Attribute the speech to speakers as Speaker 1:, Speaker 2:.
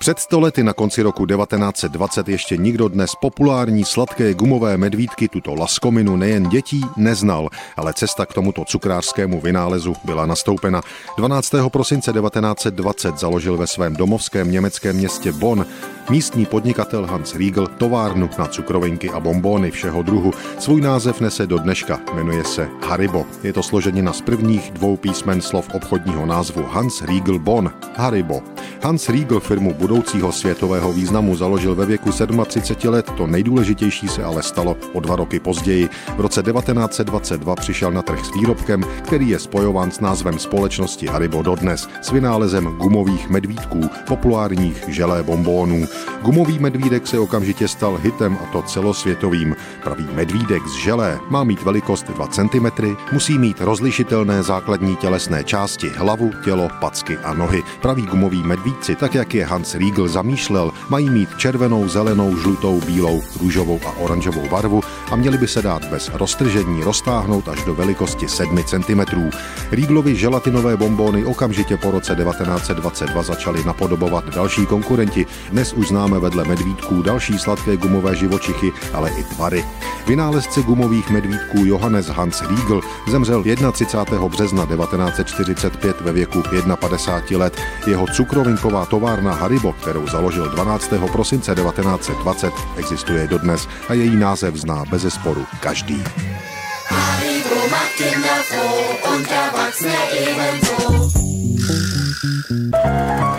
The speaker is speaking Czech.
Speaker 1: Před 100 lety na konci roku 1920 ještě nikdo dnes populární sladké gumové medvídky, tuto laskominu nejen dětí, neznal, ale cesta k tomuto cukrářskému vynálezu byla nastoupena. 12. prosince 1920 založil ve svém domovském německém městě Bonn místní podnikatel Hans Riegl továrnu na cukrovinky a bonbóny všeho druhu. Svůj název nese do dneška, jmenuje se Haribo. Je to složenina z prvních dvou písmen slov obchodního názvu Hans Riegl Bonn, Haribo. Hans Riegl firmu budoucího světového významu založil ve věku 37 let, to nejdůležitější se ale stalo o 2 roky později. V roce 1922 přišel na trh s výrobkem, který je spojován s názvem společnosti Haribo dodnes, s vynálezem gumových medvídků, populárních želé bonbónů. Gumový medvídek se okamžitě stal hitem, a to celosvětovým. Pravý medvídek z želé má mít velikost 2 cm, musí mít rozlišitelné základní tělesné části, hlavu, tělo, packy a nohy. Praví gumoví medvídci, tak jak je Hans Riegl zamýšlel, mají mít červenou, zelenou, žlutou, bílou, růžovou a oranžovou barvu a měly by se dát bez roztržení roztáhnout až do velikosti 7 cm. Rieglovy želatinové bonbóny okamžitě po roce 1922 začaly napodobovat další konkurenti. Dnes už známe vedle medvídků další sladké gumové živočichy, ale i tvary. Vynálezce gumových medvídků Johannes Hans Riegl zemřel 31. března 1945 ve věku 51 let. Jeho cukrovinková továrna Haribo, kterou založil 12. prosince 1920, existuje dodnes a její název zná bezesporu každý.
Speaker 2: Haribo macht Kinder froh und Erwachsene ebenso.